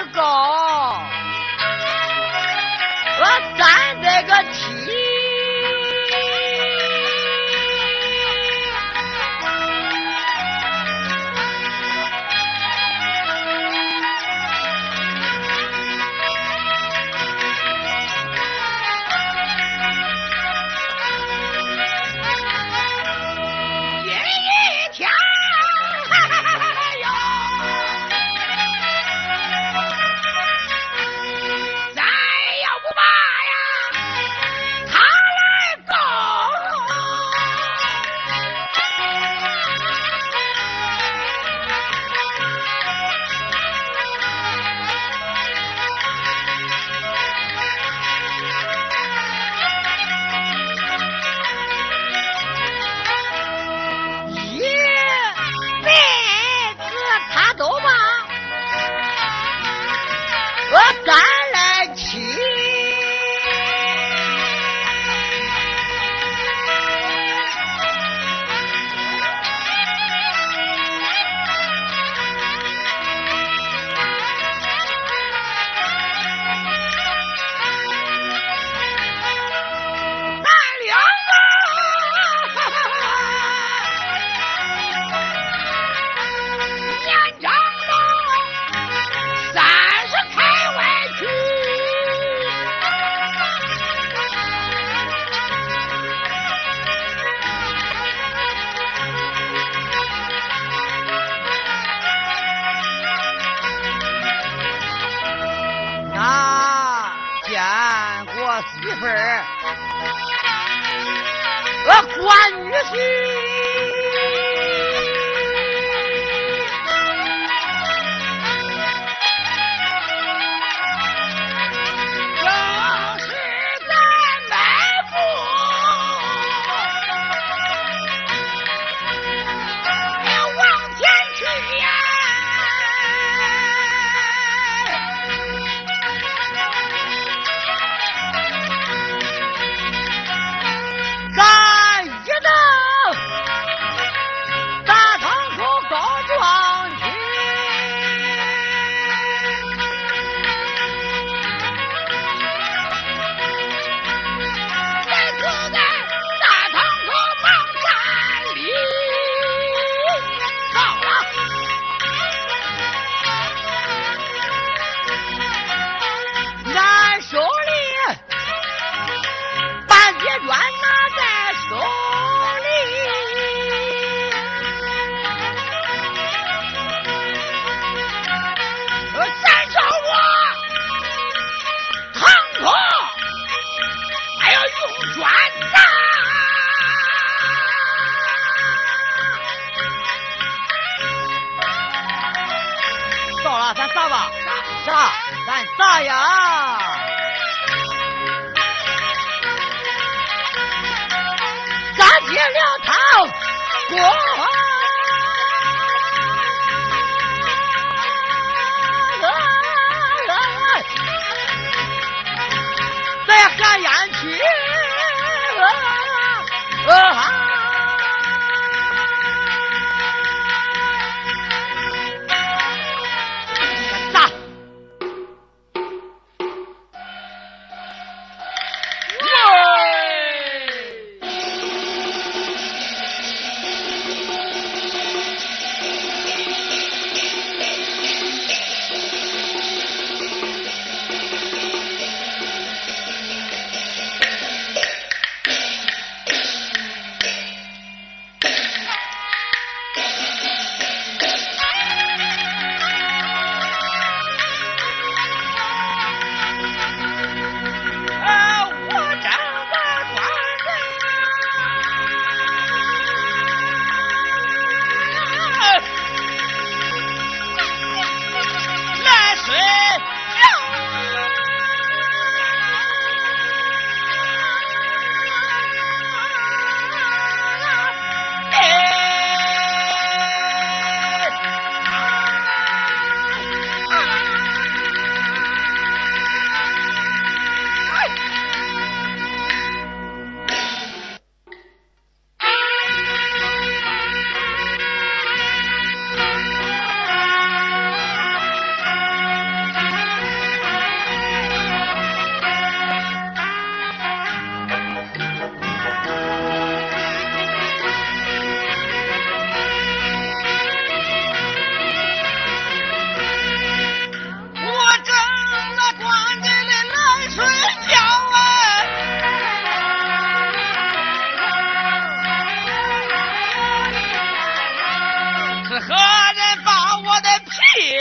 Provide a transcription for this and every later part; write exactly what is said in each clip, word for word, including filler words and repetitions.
高，我站这个梯。媳妇儿，我关女婿。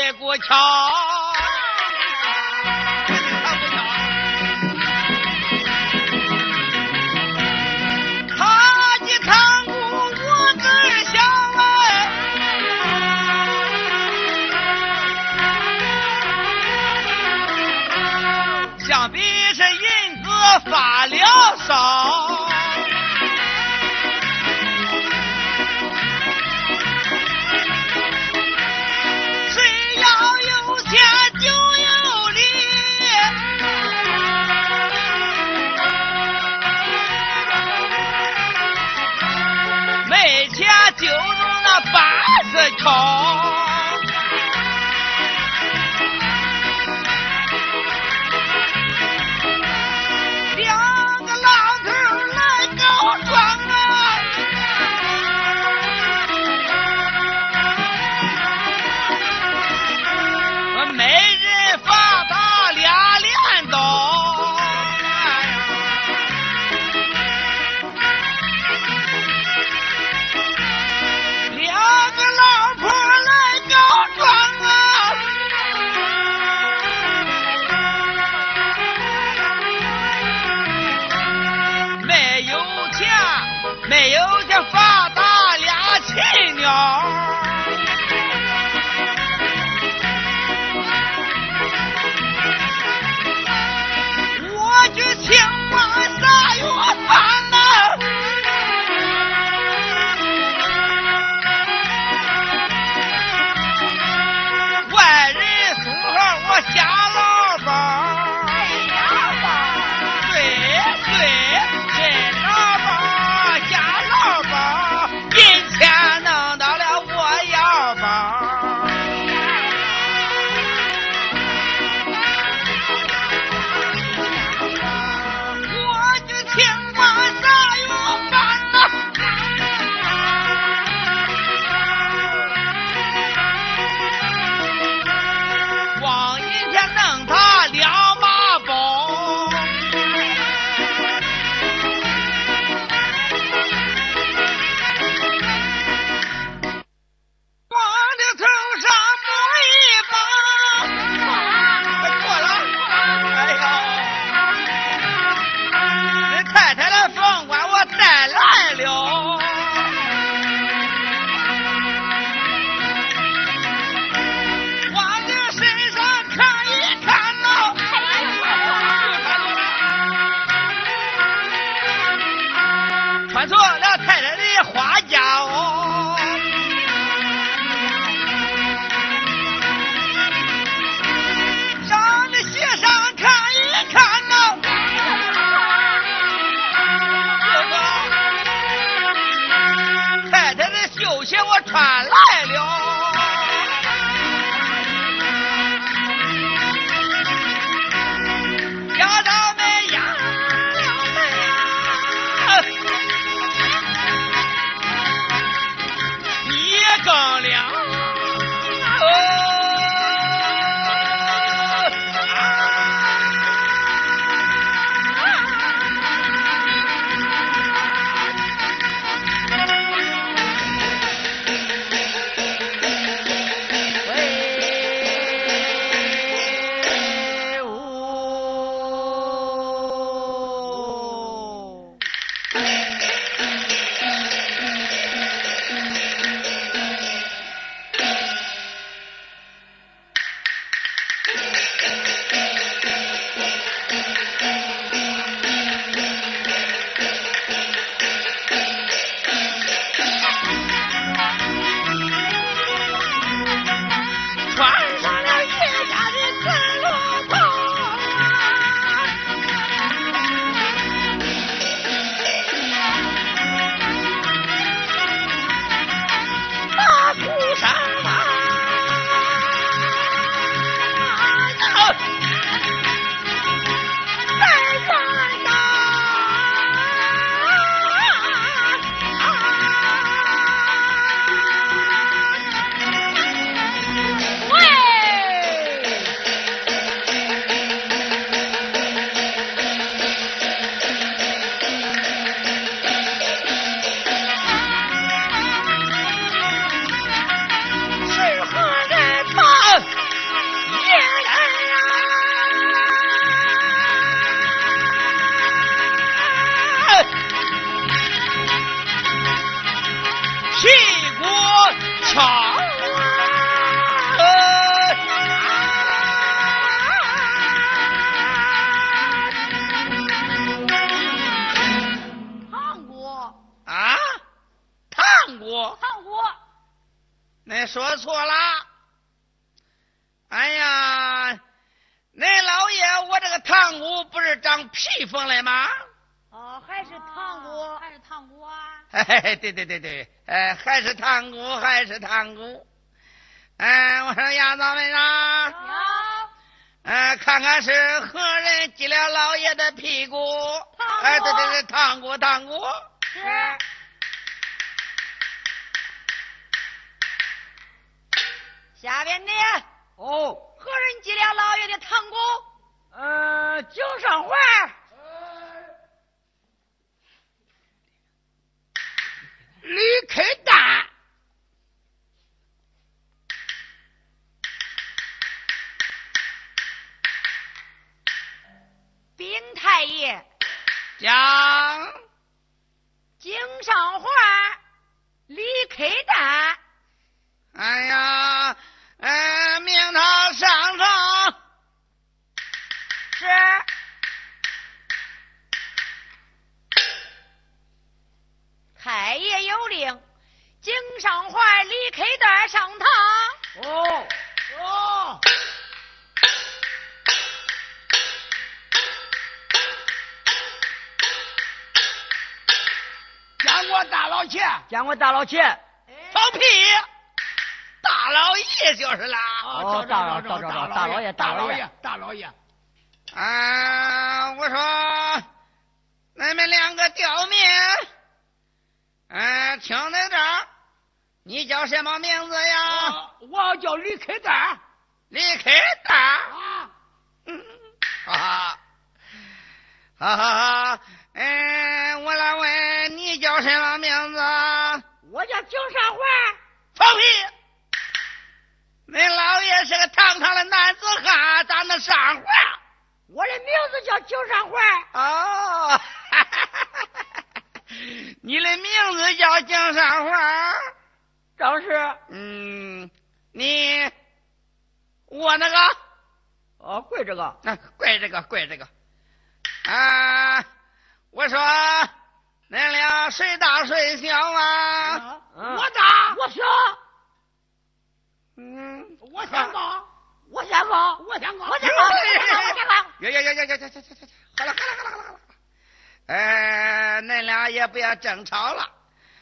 白骨桥。他的看顾我跟想问，想必是银子发了烧。就用那八字敲，两个老头来告状啊！我每人罚他俩镰刀。两个老婆来当披风了吗？ 哦，还是塘姑， 还是塘姑啊？ 嘿嘿，对对对对，哎，还是塘姑，还是塘姑。哎，我说丫头们啊， 有。 哎，看看是何人挤了老爷的屁股？哎，对对对，塘姑塘姑。 是。 下边的哦， 何人挤了老爷的塘姑？ 呃，井上环。 李开蛋。 禀太爷， 将井上环、李开蛋。 哎呀，呃，命他上场。 是。太爷有令，井上环、李开蛋上堂。 哦哦。 见过大老爷， 见过大老爷。 放屁！大老爷就是啦。 哦，大老大大大老爷，大老爷， 大老爷。啊，我说，你们两个刁民，嗯，听在这儿，你叫什么名字呀？ 我要叫李开蛋。 李开蛋。啊。嗯，哈哈，哈哈哈。嗯，我来问你叫什么名字？ 我叫井上环。 放屁！恁老爷是个堂堂的男子汉，咋能上环？ 我的名字叫井上环。 哦，你的名字叫井上环？ 正是。 嗯，你我那个哦，跪这个， 啊，跪这个，跪这个啊！我说，恁俩谁大谁小啊？ 嗯、 我大， 我小。 嗯， 我先高，我先高，我先高，我先高， 我先高。呀呀呀呀呀呀呀呀！好了好了好了好了好了。哎，恁俩也不要争吵了。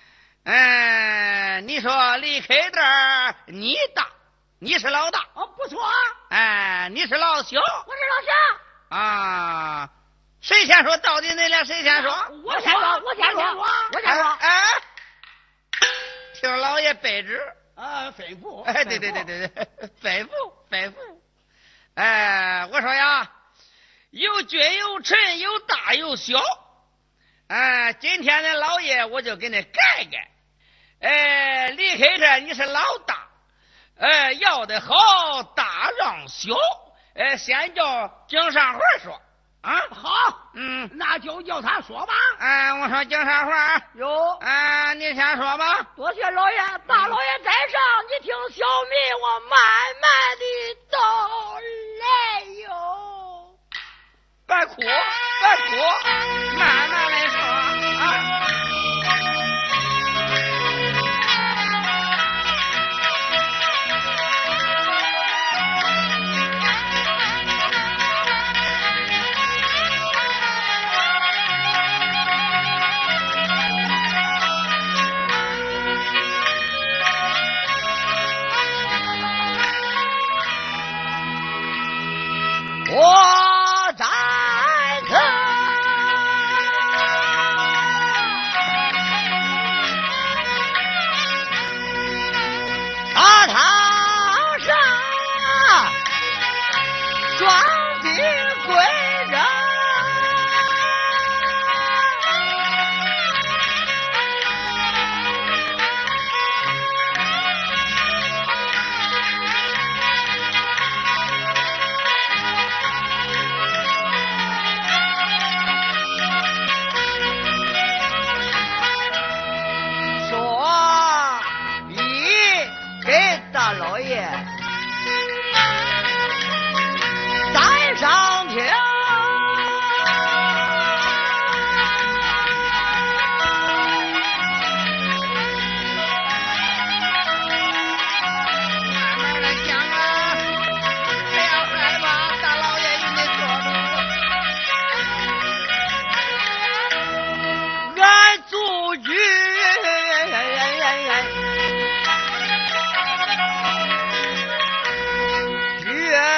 嗯，你说离开这儿，你大，你是老大。 哦，不错。 哎，你是老小。 我是老小。 啊，谁先说？到底恁俩谁先说？ 我先说，我先说，我先说。 哎，听老爷卑职。 啊，吩咐。 哎，对对对对对，吩咐吩咐。哎，我说呀，有君有臣，有大有小。哎，今天的老爷我就给你改改。哎，离开这你是老大，哎，要的好，大让小。哎，先叫井上环说。啊， 好， 嗯， 那就叫他说吧。 哎，我说井上环， 有， 哎，你先说吧。 多谢老爷，大老爷在上，你听小民我慢慢的道来哟。 别哭，别哭，慢慢来说啊。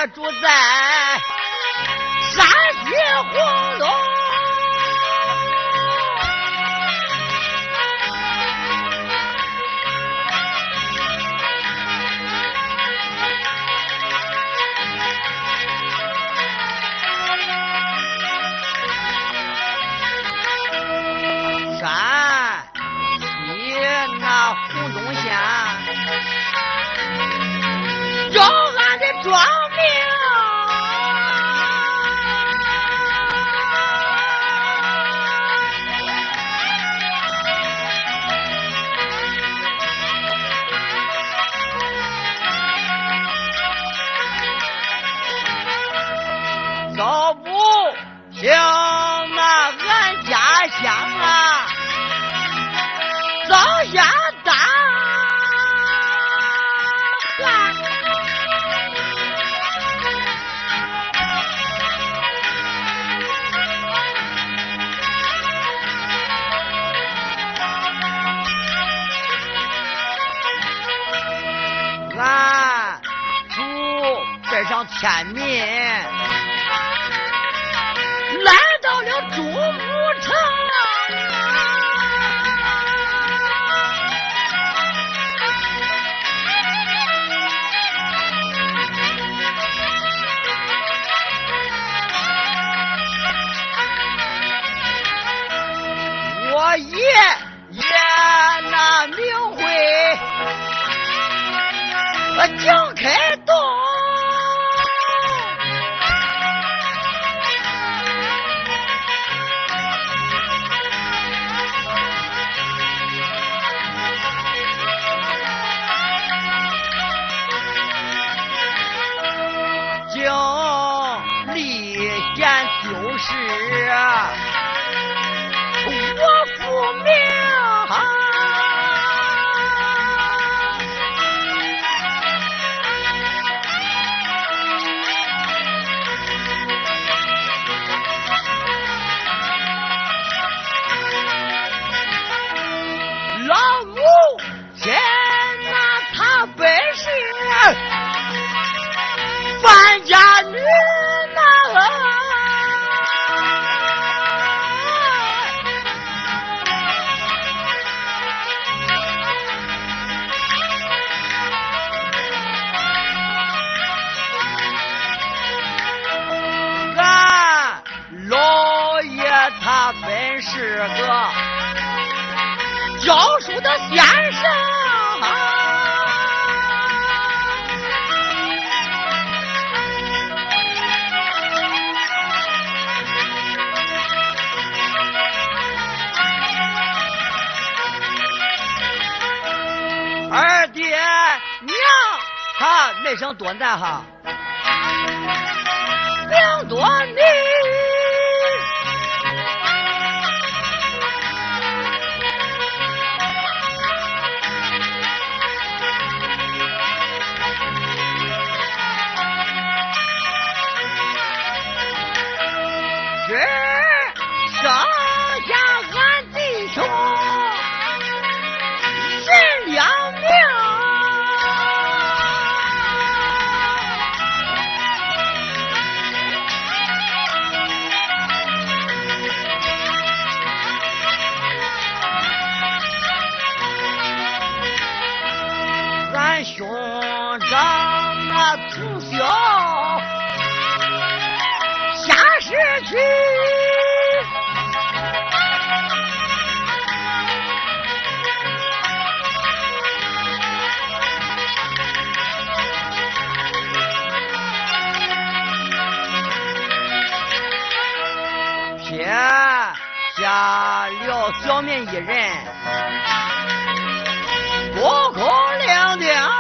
住在山西黄龙。山西那胡宗县有俺的庄名，都不像那俺家乡啊早下大旱，俺住这上天民，来到了朱府城。我爷爷那名讳蒋开东，经历县就是我父名，老母亲那她本是范家女那。他本是个教书的先生，二爹娘他那声多难哈，两多你。只剩下俺弟兄是两名，俺兄长那从小下市去，撇下了小民一人，孤苦伶仃。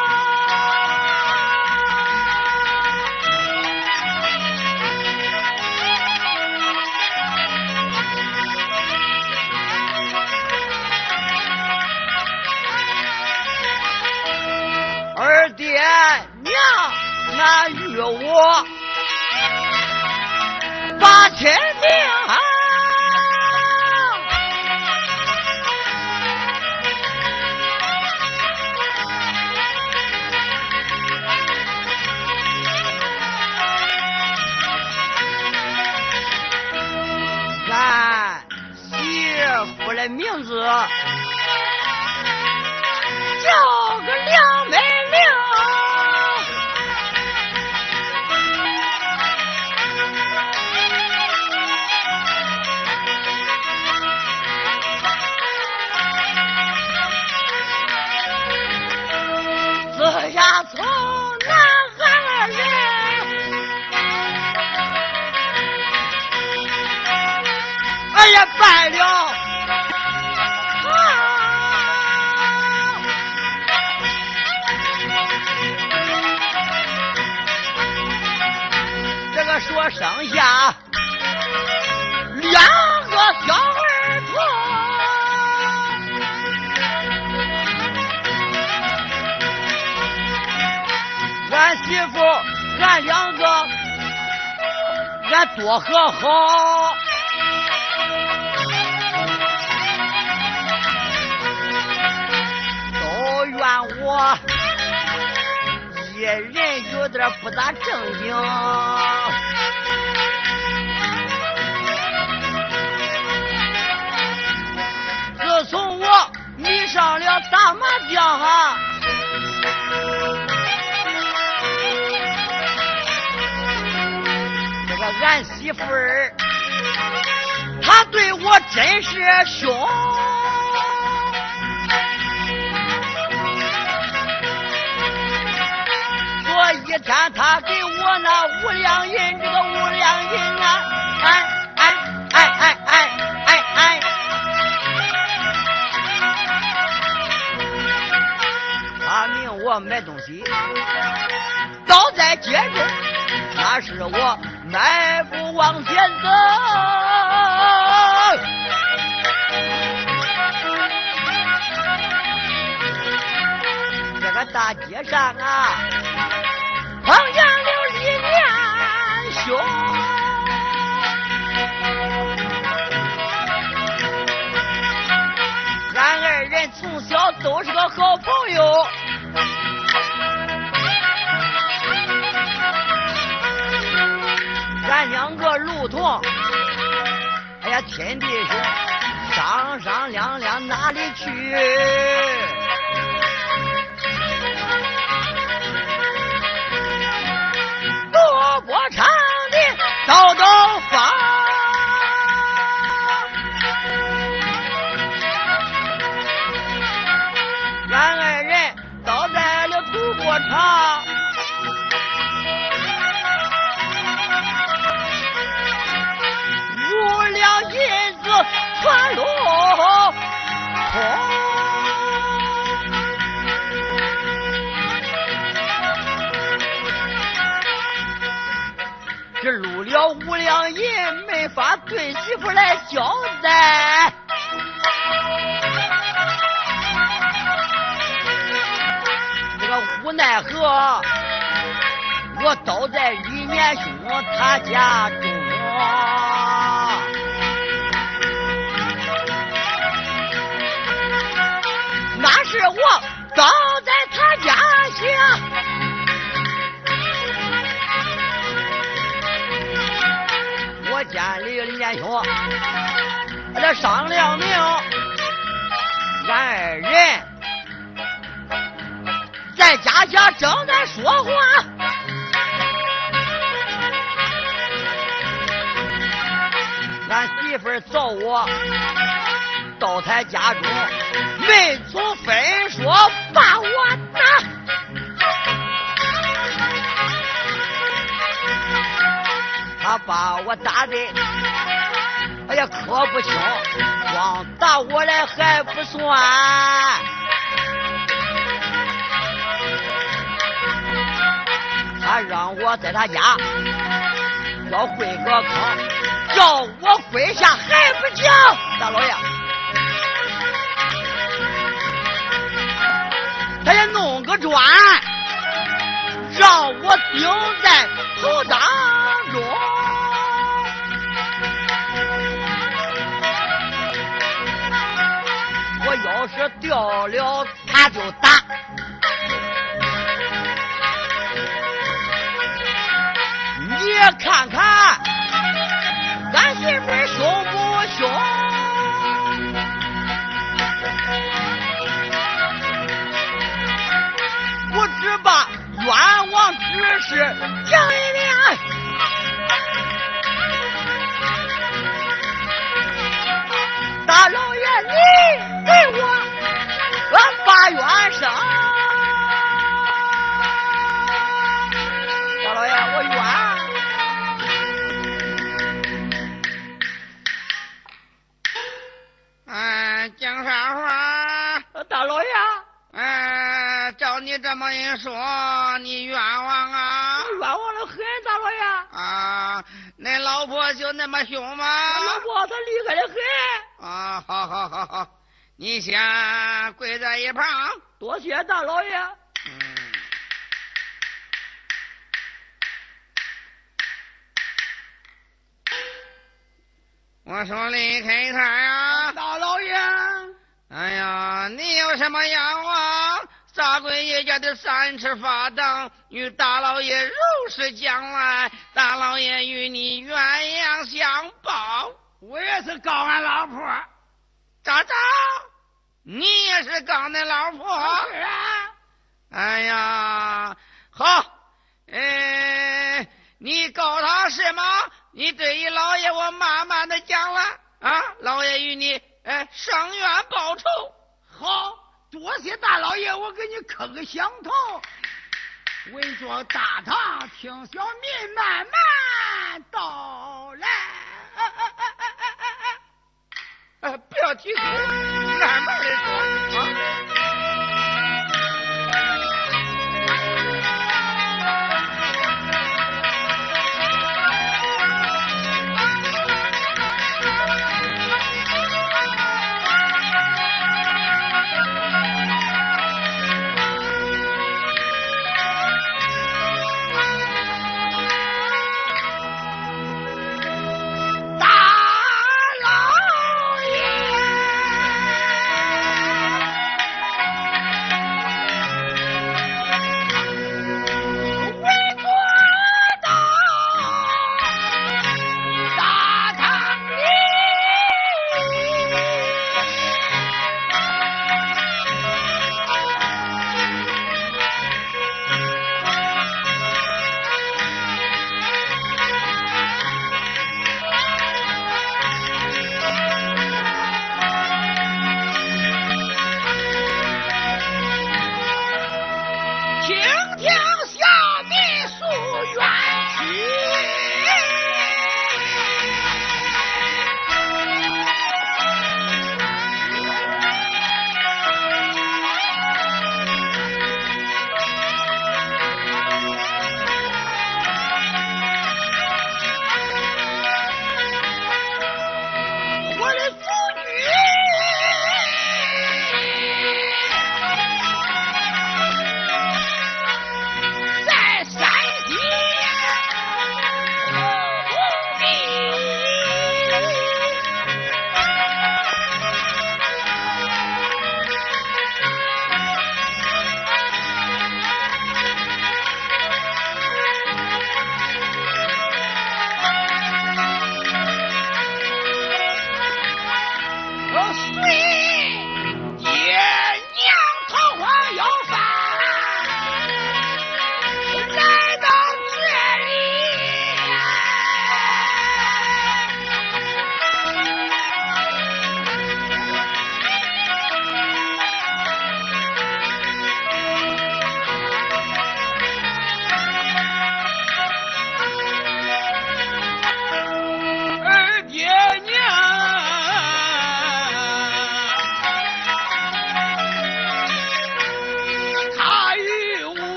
二爹娘那与我把亲命， 的名字叫个梁美玲。自家从男孩人，哎呀败了啊！ 这个说生下两个小儿童。 俺媳妇俺两个俺多和好，都怨我一人有点不大正经。自从我迷上了打麻将哈，俺媳妇儿她对我真是凶，所以一天她给我那五两银，这个五两银啊，哎哎哎哎哎哎哎，她命我买东西倒在街中，那是我迈步往前走，这个大街上啊碰见了李年兄，俺二人从小都是个好朋友，咱两个如同哎呀天地兄，商商量量哪里去，多波长的道道方，俺二人倒在了赌博场，五两银子传落空，这入了五两银没法对媳妇来交代，这个无奈何我倒在李年兄他家中，那是我倒在他家下，我见李李年兄我这商量明俺二人在家下正在说话，俺媳妇儿找我到他家中，没从分说把我打，他把我打的哎呀可不轻，光打我来还不算，他让我在他家要跪个坑，叫我跪下还不讲，大老爷他也弄个砖让我顶在头当中，我要是掉了他就打，你看看俺媳妇凶不凶？ 是讲一遍。大老爷，你给我我发冤声。大老爷，我冤。 嗯，讲啥话？ 大老爷， 嗯，照你这么一说，你冤枉啊！ 冤枉的很，大老爷。 啊，恁老婆就那么凶吗？ 老婆她厉害的很。 啊，好好好好，你先跪在一旁。 多谢大老爷。 嗯。我说离开他呀！ 大老爷， 哎呀，你有什么冤枉？大贵爷家的三尺法当，与大老爷如实讲来，大老爷与你鸳鸯相报。 我也是告俺老婆。 咋咋？你也是告恁老婆？ 是啊。 哎呀，好，呃，你告他什么？你对于老爷我慢慢的讲了啊，老爷与你哎伸冤报仇。 好，多谢大老爷，我给你磕个响头。稳坐大堂，听小民慢慢道来。啊啊啊啊啊啊！不要提哭，慢慢的说啊。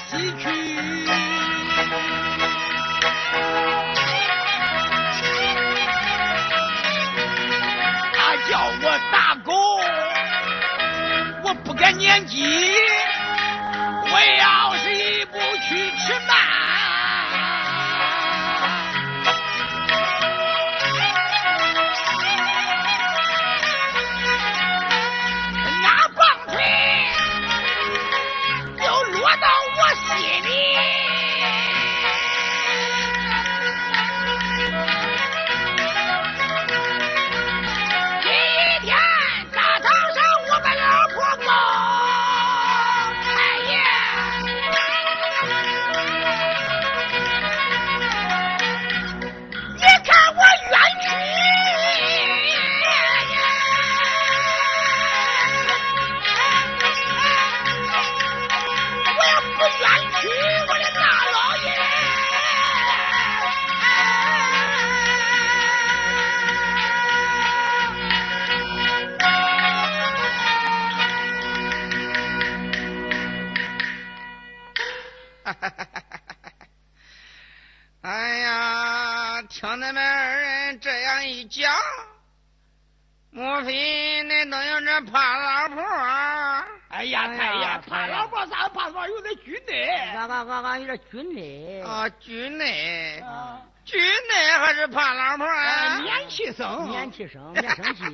西去。他叫我打狗，我不敢年纪，我要是一不去吃饭。 哎呀，听你们二人这样一讲，莫非恁都有点怕老婆啊？ 哎呀，太爷，怕老婆啥？怕老有点军内。 俺俺俺俺有点军内。 啊，军内。 啊， 军内还是怕老婆啊？ 免气生， 免气生，免生气。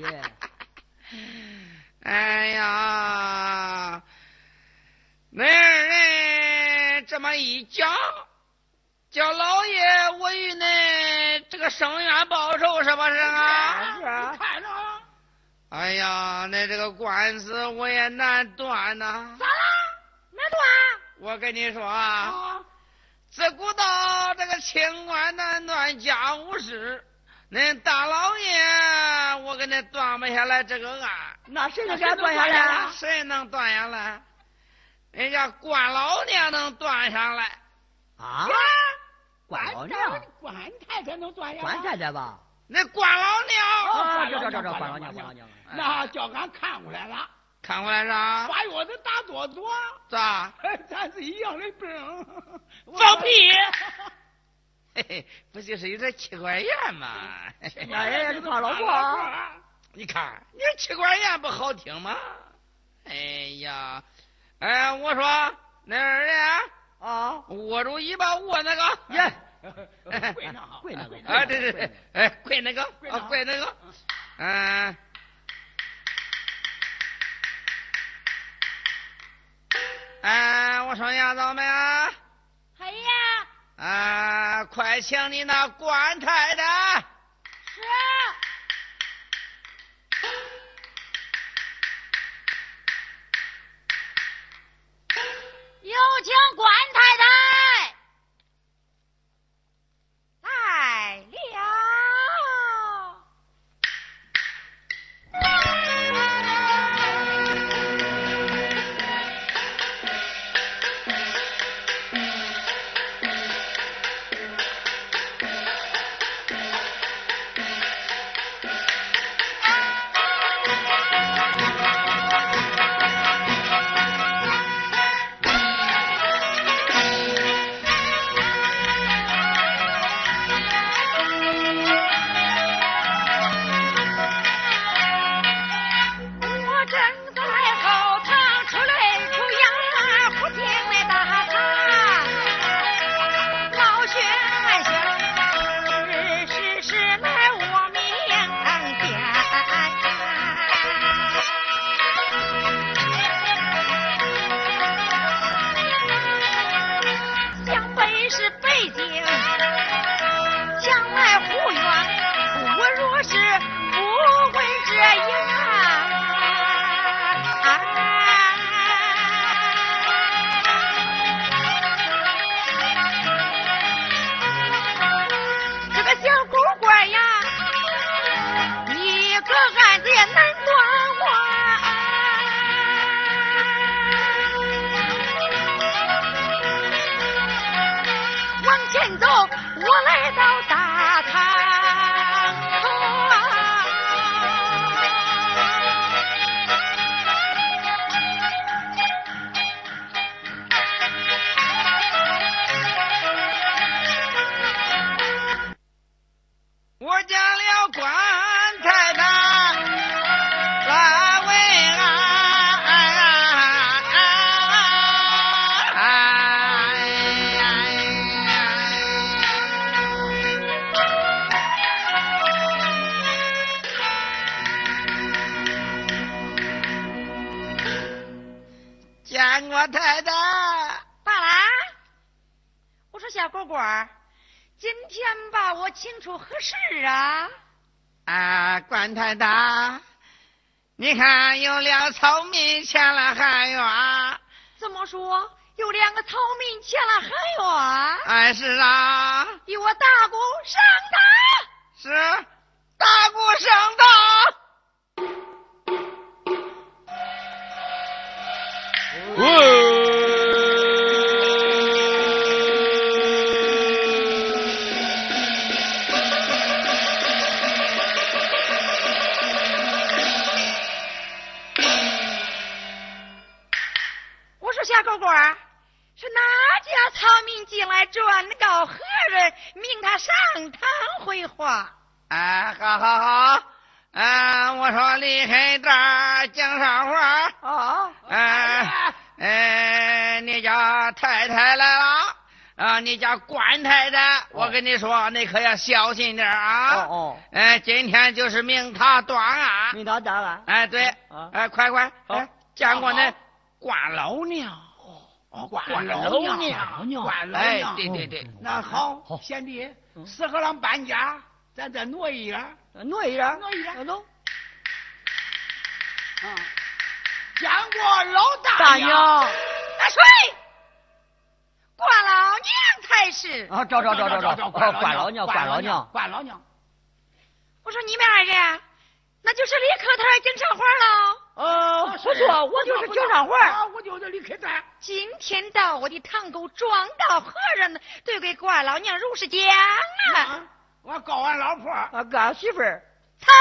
哎呀，恁二人这么一讲，叫老爷我与恁这个生冤报仇是不是啊？ 是啊，看着。 哎呀，那这个官司我也难断呐。 咋了？难断？ 我跟你说啊，自古道这个清官难断家务事，恁大老爷我给恁断不下来这个案。 那谁能给他断下来？ 谁能断下来？人家关老娘能断下来。 啊？关老娘？ 关太太能断下来？ 关太太吧？ 那关老娘。 啊，这这这这关老娘，关老娘。 那叫俺看过来了。 看过来啥？ 把药子打多多。 咋？ 咱是一样的病。 放屁！嘿嘿，不就是有点气管炎吗？ 那也是怕老婆。 你看，你这气管炎不好听吗？哎呀，哎，我说那二人啊， 握住尾巴握那个， 耶， 跪那好， 跪那个， 啊，对对对，哎，跪那个，啊，跪那个，嗯。哎，我说丫头们啊， 哎呀， 啊，快请你那官太太。 是。有请官太太来了。 老太太。 罢了，我说小蝈蝈，今天把我请出何事啊？ 啊，官太太，你看有两草民前来喊冤。 怎么说？有两个草民前来喊冤？ 哎，是啊。 与我大鼓上堂。 是，大鼓上堂。 我说小狗狗，是哪家草民进来转告何人，命他上堂回话？ 哎，好好好。啊，我说离开这儿讲上话啊！ 哎哎，你家太太来了啊！你家官太太，哦、我跟你说，你可要小心点啊！ 哦哦， 哎，今天就是命他断案， 命他断案。 哎，对， 啊， 哎，快快， 哎， 见过那官老娘。 哦，官老娘， 娘， 官老哎， 娘， 对对对， 那好，贤弟，适合咱搬家，咱再挪一点。 挪一点， 挪一点， 走。 嗯，见过老大大娘， 那谁？关老娘才是。 啊，找找找找找，关老娘，关老娘， 关老娘。 我说你们二人，那就是李克台经常花喽。 呃，不错，我就是经常花， 我就是李克台。 今天到我的堂口撞到何人，对给关老娘如实讲啊。 我告俺老婆， 啊，告俺媳妇儿。 操！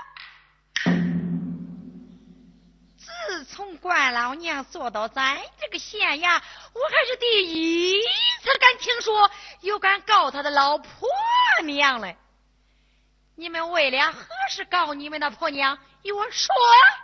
自从关老娘坐到咱这个县衙，我还是第一次敢听说有敢告他的老婆娘嘞。你们为了何事告你们的婆娘？与我说。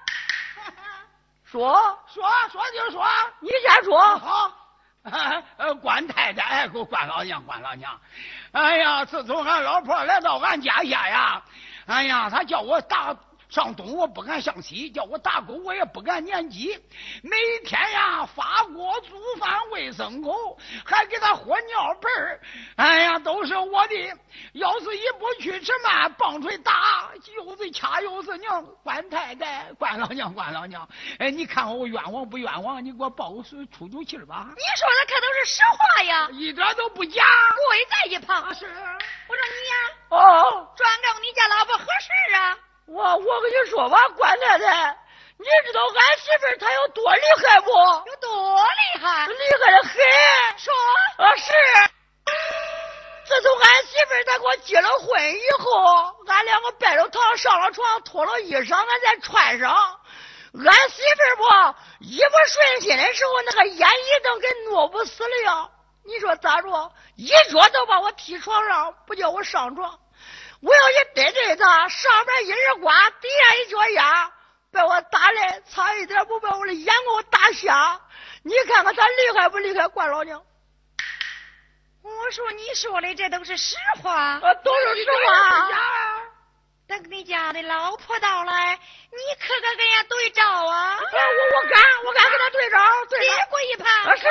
说说说就说， 你先说。 好。呃，关太太，哎，关老娘，关老娘，哎呀，自从俺老婆来到俺家下呀，哎呀，她叫我打上东我不敢向西，叫我打狗我也不敢撵鸡，每天呀发锅煮饭喂牲口，还给他喝尿盆儿，哎呀，都是我的。要是一不去吃饭，棒槌打，又是掐又是拧。关太太，关老娘，关老娘，哎，你看我冤枉不冤枉？你给我报个出出酒气吧。 你说的可都是实话呀， 一点都不假。 跪在一旁。 啊、是。 我说你呀， 哦， 转告你家老婆何事啊？ 我我跟你说吧，关太太，你知道俺媳妇儿她有多厉害不？ 有多厉害？ 厉害的很。 说啊是。自从俺媳妇儿她给我结了婚以后，俺两个拜了堂，上了床，脱了衣裳，俺再穿上。俺媳妇儿不一不顺心的时候，那个眼一瞪，跟挪不死了样。你说咋着？一脚就把我踢床上，不叫我上床。我要一得罪他，上边一耳刮，底下一脚丫，把我打来，差一点不把我的眼给我打瞎。你看看他厉害不厉害，关老娘？ 我说你说的这都是实话， 啊，都是实话。 等你家的老婆到来，你可可跟人家对照啊！ 我我我敢，我敢跟他对照，对接过一旁。 啊是。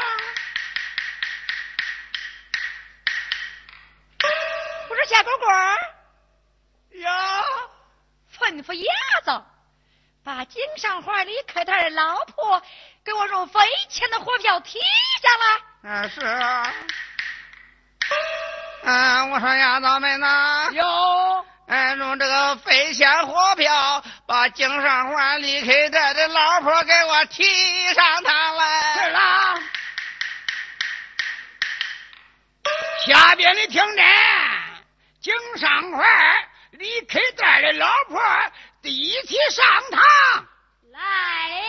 我说小狗狗呀， 吩咐鸭子把井上花里客台的老婆给我用飞钱的火票提下来。 啊是啊。啊，我说丫头们呐， 有， 哎，用这个飞钱火票把井上花离开这的老婆给我提上堂来。 是啦。下边你听着，井上花李开蛋的老婆第一起上堂来了。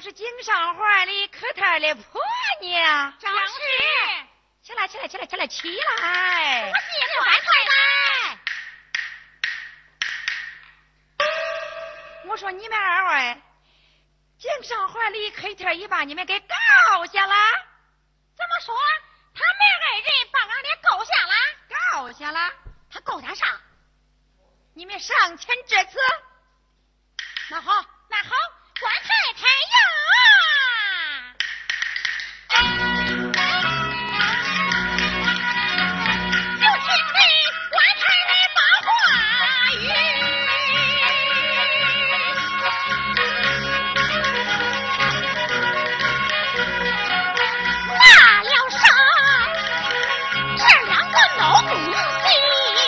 是经上话里可太的婆娘。 正是。 起来，起来，起来，起来，起来！ 我谢官太太。 我说你们二位，经上话里可天已把你们给告下了。 怎么说？他们二人把俺俩告下了？ 告下了。 他告咱啥？ 你们上前致辞。 那好，那好，官太太呀！就听得官太太把话语，拿了上这两个老东西。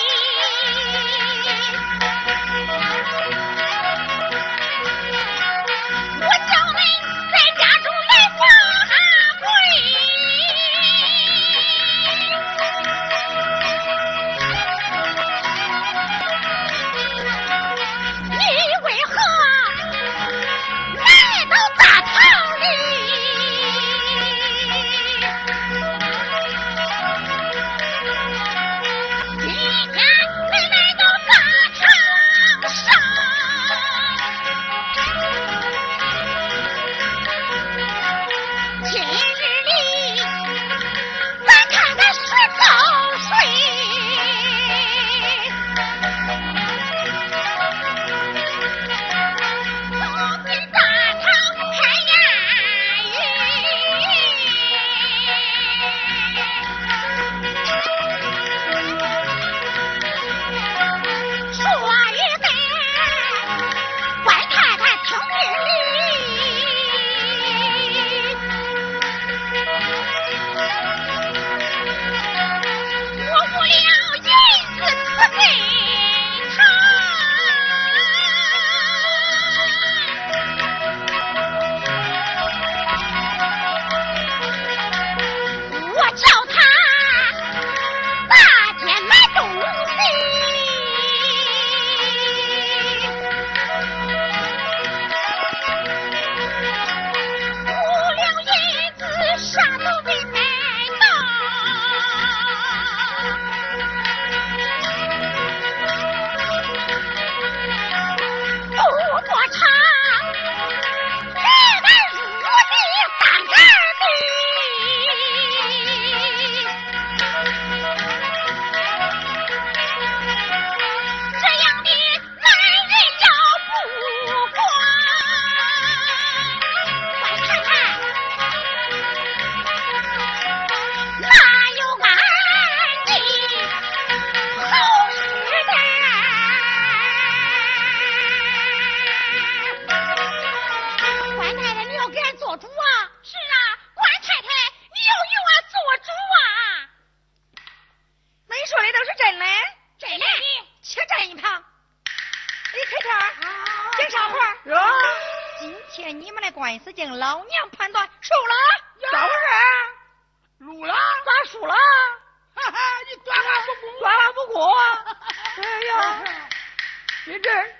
官司经老娘判断输了， 咋回事？输了？ 咋输了？ 哈哈，你断案不公， 断案不公啊！哎呀，你这，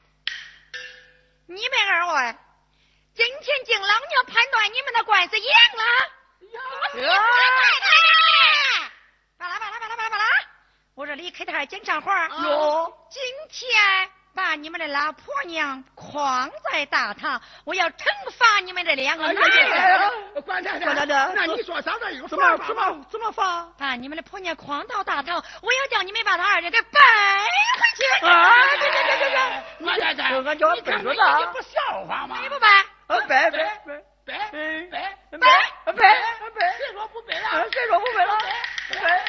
你们二位，今天经老娘判断你们的官司赢了。 呀，太太， 巴拉巴拉巴拉巴拉巴拉，我这李开太经常话哟， 今天把你们的老婆娘诓在大堂，我要惩罚你们这两个男人。 官太太，那你说啥子有怎么怎么怎么罚？把你们的婆娘诓到大堂，我要叫你们把他二人给摆回去。 啊！这这这这这，官太太， 俺叫你看你你不笑话吗？ 你不摆？ 摆摆摆摆摆摆摆摆，谁说不摆了？ 谁说不摆了？ 摆。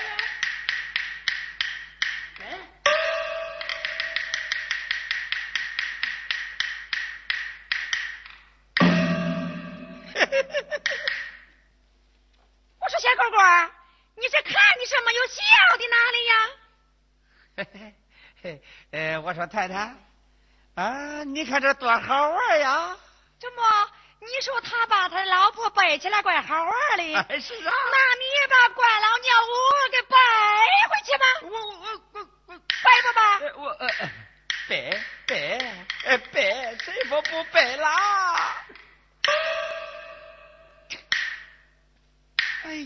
我说小狗狗，你是看你什么有笑的哪里呀？ 嘿嘿嘿，呃，我说太太，啊，你看这多好玩呀！ 怎么？你说他把他老婆摆起来怪好玩的？ 哎，是啊。 那你也把官老娘我给摆回去吧。 我我我我摆不摆？ 我呃摆摆呃摆，谁说不摆啦？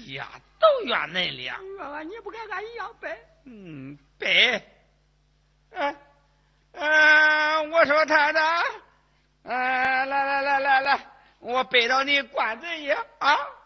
呀，都怨恁俩。 俺你不跟俺一样背？ 嗯，背。嗯、呃、嗯、呃，我说太太，呃，来来来来来，我背到你棺材里啊。